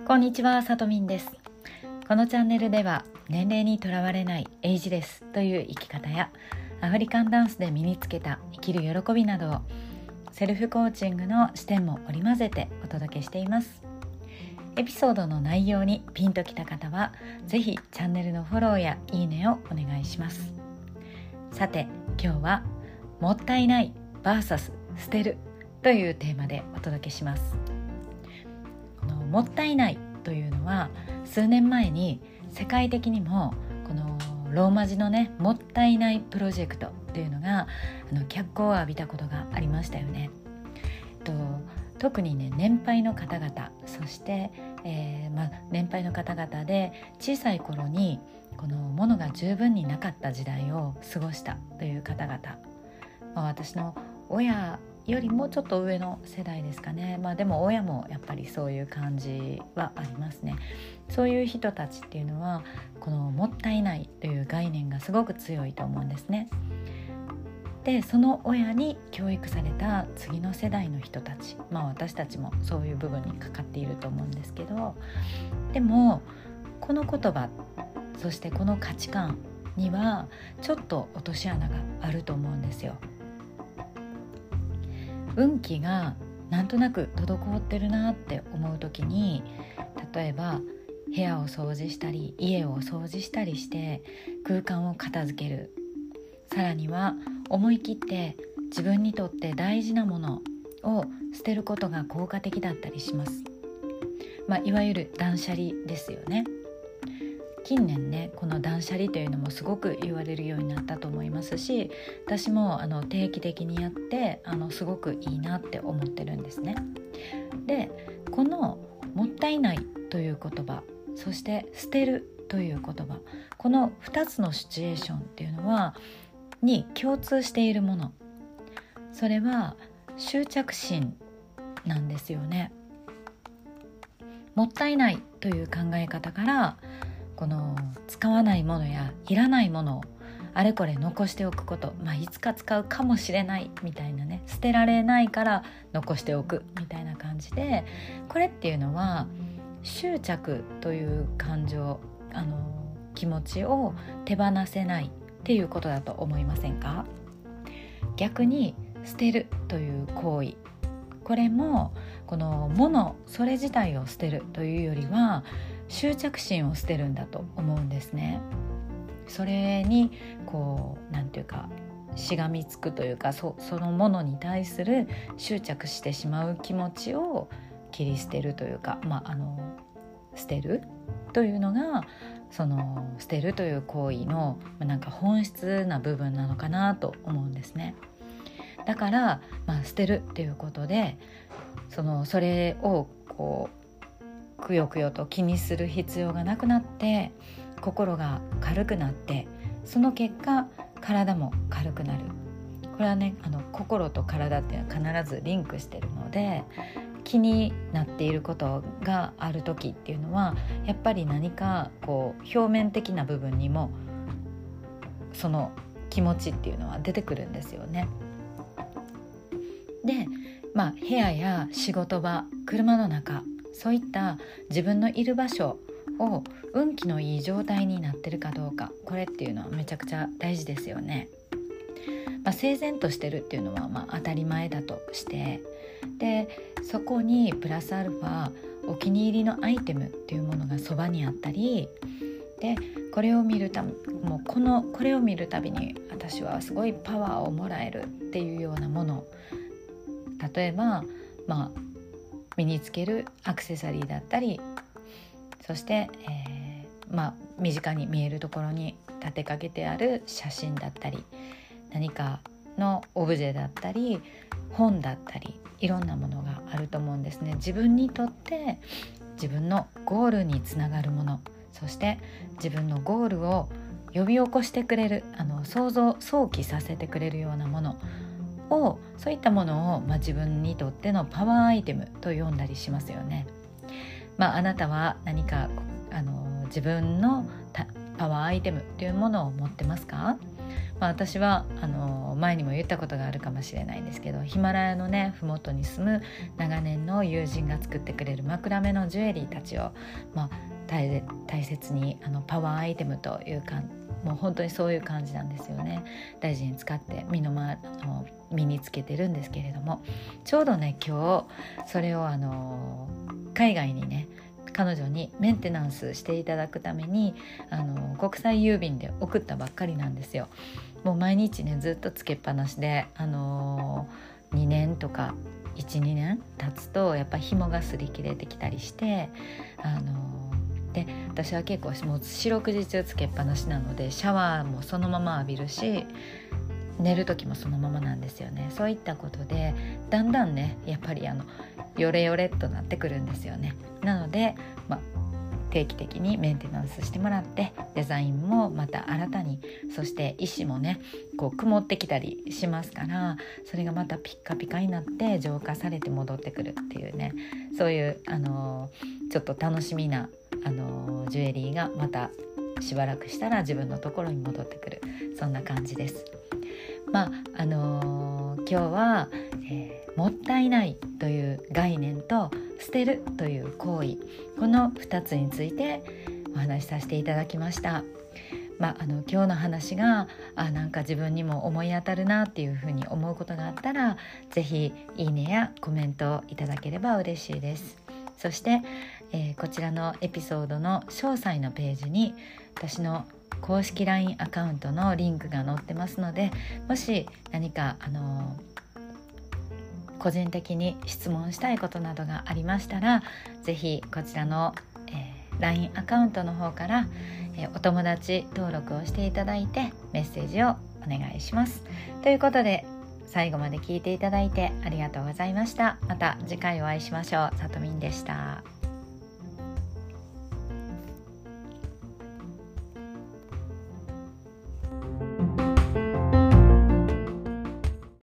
こんにちは、さとみんです。このチャンネルでは年齢にとらわれないエイジレスという生き方やアフリカンダンスで身につけた生きる喜びなどをセルフコーチングの視点も織り交ぜてお届けしています。エピソードの内容にピンときた方はぜひチャンネルのフォローやいいねをお願いします。さて、今日はもったいない vs 捨てるというテーマでお届けします。このもったいないというのは数年前に世界的にもこのローマ字のね、もったいないプロジェクトというのが脚光を浴びたことがありましたよね。特にね、年配の方々、そして、年配の方々で小さい頃にこの物が十分になかった時代を過ごしたという方々、私の親よりもちょっと上の世代ですかね。でも親もやっぱりそういう感じはありますね。そういう人たちっていうのはこのもったいないという概念がすごく強いと思うんですね。で、その親に教育された次の世代の人たち、私たちもそういう部分にかかっていると思うんですけど、でもこの言葉、そしてこの価値観にはちょっと落とし穴があると思うんですよ。運気がなんとなく滞ってるなって思う時に、例えば部屋を掃除したり家を掃除したりして空間を片付ける、さらには思い切って自分にとって大事なものを捨てることが効果的だったりします。いわゆる断捨離ですよね。近年ね、この断捨離というのもすごく言われるようになったと思いますし、私も定期的にやってすごくいいなって思ってるんですね。で、このもったいないという言葉、そして捨てるという言葉、この2つのシチュエーションっていうのはに共通しているもの、それは執着心なんですよね。もったいないという考え方から、この使わないものやいらないものをあれこれ残しておくこと、いつか使うかもしれないみたいなね、捨てられないから残しておくみたいな感じで、これっていうのは執着という感情、気持ちを手放せないっていうことだと思いませんか？逆に捨てるという行為、これもこの物それ自体を捨てるというよりは執着心を捨てるんだと思うんですね。それになんていうか、しがみつくというか、そのものに対する執着してしまう気持ちを切り捨てるというか、捨てるというのがその捨てるという行為の本質な部分なのかなと思うんですね。だから、捨てるっていうことでそれをくよくよと気にする必要がなくなって心が軽くなって、その結果体も軽くなる。これはね、心と体っていうのは必ずリンクしてるので、気になっていることがある時っていうのはやっぱり何か表面的な部分にもその気持ちっていうのは出てくるんですよね。で、部屋や仕事場、車の中、そういった自分のいる場所を運気のいい状態になってるかどうか、これっていうのはめちゃくちゃ大事ですよね。整然としてるっていうのは当たり前だとして、でそこにプラスアルファお気に入りのアイテムっていうものがそばにあったりで、これを見るたびに私はすごいパワーをもらえるっていうようなもの、例えば身につけるアクセサリーだったり、そして、身近に見えるところに立てかけてある写真だったり、何かのオブジェだったり本だったり、いろんなものがあると思うんですね。自分にとって自分のゴールにつながるもの、そして自分のゴールを呼び起こしてくれる、想起させてくれるようなものを、そういったものを、自分にとってのパワーアイテムと呼んだりしますよね。あなたは何か自分のパワーアイテムというものを持ってますか？ 私は前にも言ったことがあるかもしれないんですけど、ヒマラヤのね麓に住む長年の友人が作ってくれる枕目のジュエリーたちを、大切にパワーアイテムというか、もう本当にそういう感じなんですよね。大事に使って身につけてるんですけれども、ちょうどね今日それを海外にね彼女にメンテナンスしていただくために国際郵便で送ったばっかりなんですよ。もう毎日ねずっとつけっぱなしで、2年とか 1,2 年経つとやっぱ紐が擦り切れてきたりして、で私は結構もう四六時中つけっぱなしなので、シャワーもそのまま浴びるし寝る時もそのままなんですよね。そういったことでだんだんねやっぱりヨレヨレっとなってくるんですよね。なので、定期的にメンテナンスしてもらって、デザインもまた新たに、そして石もねこう曇ってきたりしますから、それがまたピッカピカになって浄化されて戻ってくるっていうね、そういうちょっと楽しみなジュエリーがまたしばらくしたら自分のところに戻ってくる、そんな感じです。今日は、もったいないという概念と捨てるという行為、この2つについてお話しさせていただきました。今日の話がなんか自分にも思い当たるなっていうふうに思うことがあったら、ぜひいいねやコメントをいただければ嬉しいです。そして、こちらのエピソードの詳細のページに私の公式 LINE アカウントのリンクが載ってますので、もし何か個人的に質問したいことなどがありましたら、ぜひこちらの、LINE アカウントの方から、お友達登録をしていただいてメッセージをお願いします。ということで最後まで聞いていただいてありがとうございました。また次回お会いしましょう。さとみんでした。